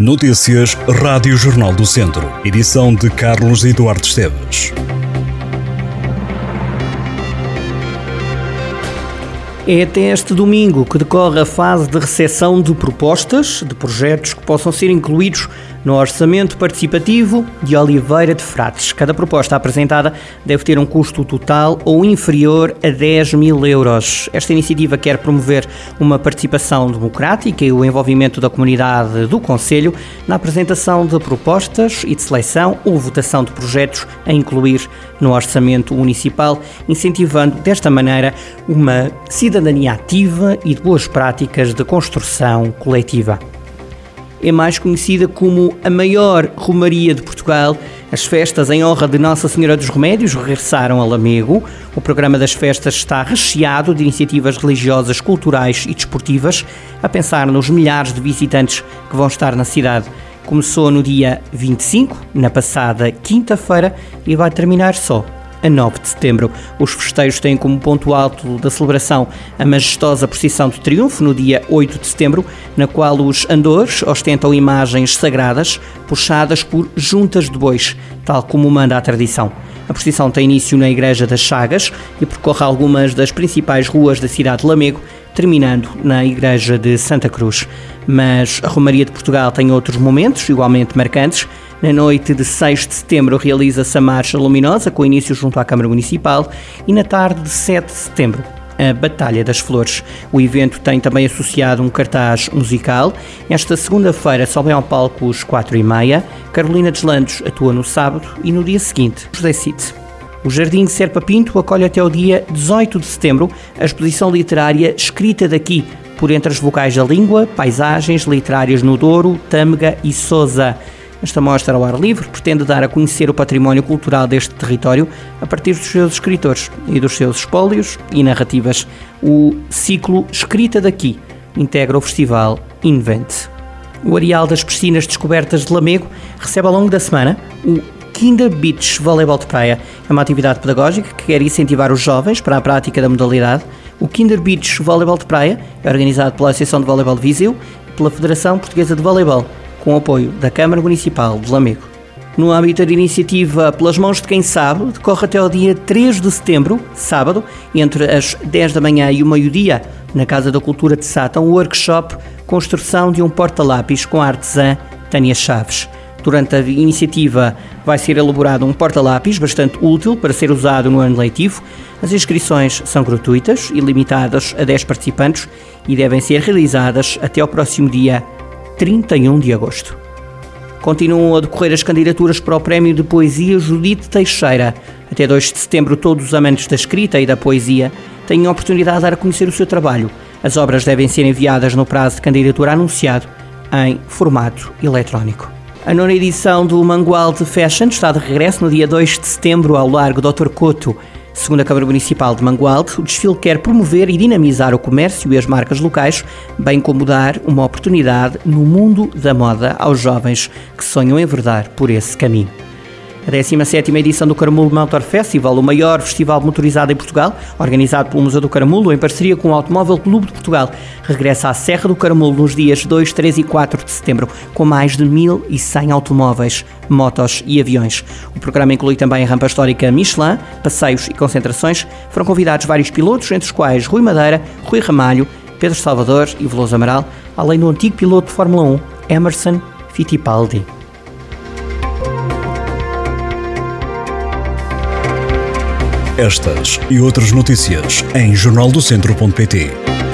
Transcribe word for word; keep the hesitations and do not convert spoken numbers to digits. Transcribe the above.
Notícias Rádio Jornal do Centro. Edição de Carlos Eduardo Esteves. É até este domingo que decorre a fase de recepção de propostas de projetos que possam ser incluídos no Orçamento Participativo de Oliveira de Frades. Cada proposta apresentada deve ter um custo total ou inferior a dez mil euros. Esta iniciativa quer promover uma participação democrática e o envolvimento da comunidade do Concelho na apresentação de propostas e de seleção ou votação de projetos a incluir no Orçamento Municipal, incentivando desta maneira uma cidadania ativa e de boas práticas de construção coletiva. É mais conhecida como a maior romaria de Portugal. As festas em honra de Nossa Senhora dos Remédios regressaram a Lamego. O programa das festas está recheado de iniciativas religiosas, culturais e desportivas, a pensar nos milhares de visitantes que vão estar na cidade. Começou no dia vinte e cinco, na passada quinta-feira, e vai terminar só a nove de setembro. Os festejos têm como ponto alto da celebração a majestosa procissão de triunfo no dia oito de setembro, na qual os andores ostentam imagens sagradas puxadas por juntas de bois, tal como manda a tradição. A procissão tem início na Igreja das Chagas e percorre algumas das principais ruas da cidade de Lamego, terminando na Igreja de Santa Cruz. Mas a Romaria de Portugal tem outros momentos igualmente marcantes. Na noite de seis de setembro realiza-se a Marcha Luminosa, com início junto à Câmara Municipal, e na tarde de sete de setembro, a Batalha das Flores. O evento tem também associado um cartaz musical. Esta segunda-feira sobem ao palco os quatro e meia. Carolina Deslandes atua no sábado e no dia seguinte, José Cid. O Jardim Serpa Pinto acolhe até o dia dezoito de setembro a exposição literária Escrita Daqui, por entre as vocais da língua, paisagens literárias no Douro, Tâmega e Sousa. Esta mostra ao ar livre pretende dar a conhecer o património cultural deste território a partir dos seus escritores e dos seus espólios e narrativas. O ciclo Escrita Daqui integra o festival Invent. O Areal das Piscinas Descobertas de Lamego recebe ao longo da semana o Kinder Beach Voleibol de Praia. É uma atividade pedagógica que quer incentivar os jovens para a prática da modalidade. O Kinder Beach Voleibol de Praia é organizado pela Associação de Voleibol de Viseu e pela Federação Portuguesa de Voleibol, com o apoio da Câmara Municipal de Lamego. No âmbito da iniciativa Pelas Mãos de Quem Sabe, decorre até ao dia três de setembro, sábado, entre as dez da manhã e o meio-dia, na Casa da Cultura de Sátão, o workshop Construção de um Porta-Lápis com a artesã Tânia Chaves. Durante a iniciativa vai ser elaborado um porta-lápis bastante útil para ser usado no ano letivo. As inscrições são gratuitas e limitadas a dez participantes e devem ser realizadas até ao próximo dia trinta e um de agosto. Continuam a decorrer as candidaturas para o Prémio de Poesia Judite Teixeira. Até dois de setembro, todos os amantes da escrita e da poesia têm a oportunidade de dar a conhecer o seu trabalho. As obras devem ser enviadas no prazo de candidatura anunciado em formato eletrónico. A nona edição do Mangual de Fashion está de regresso no dia dois de setembro ao Largo doutor Couto. Segundo a Câmara Municipal de Mangualde, o desfile quer promover e dinamizar o comércio e as marcas locais, bem como dar uma oportunidade no mundo da moda aos jovens que sonham enverdar por esse caminho. A décima sétima edição do Caramulo Motor Festival, o maior festival motorizado em Portugal, organizado pelo Museu do Caramulo em parceria com o Automóvel Clube de Portugal, regressa à Serra do Caramulo nos dias dois, três e quatro de setembro, com mais de mil e cem automóveis, motos e aviões. O programa inclui também a rampa histórica Michelin, passeios e concentrações. Foram convidados vários pilotos, entre os quais Rui Madeira, Rui Ramalho, Pedro Salvador e Veloso Amaral, além do antigo piloto de Fórmula um, Emerson Fittipaldi. Estas e outras notícias em jornal do centro ponto pt.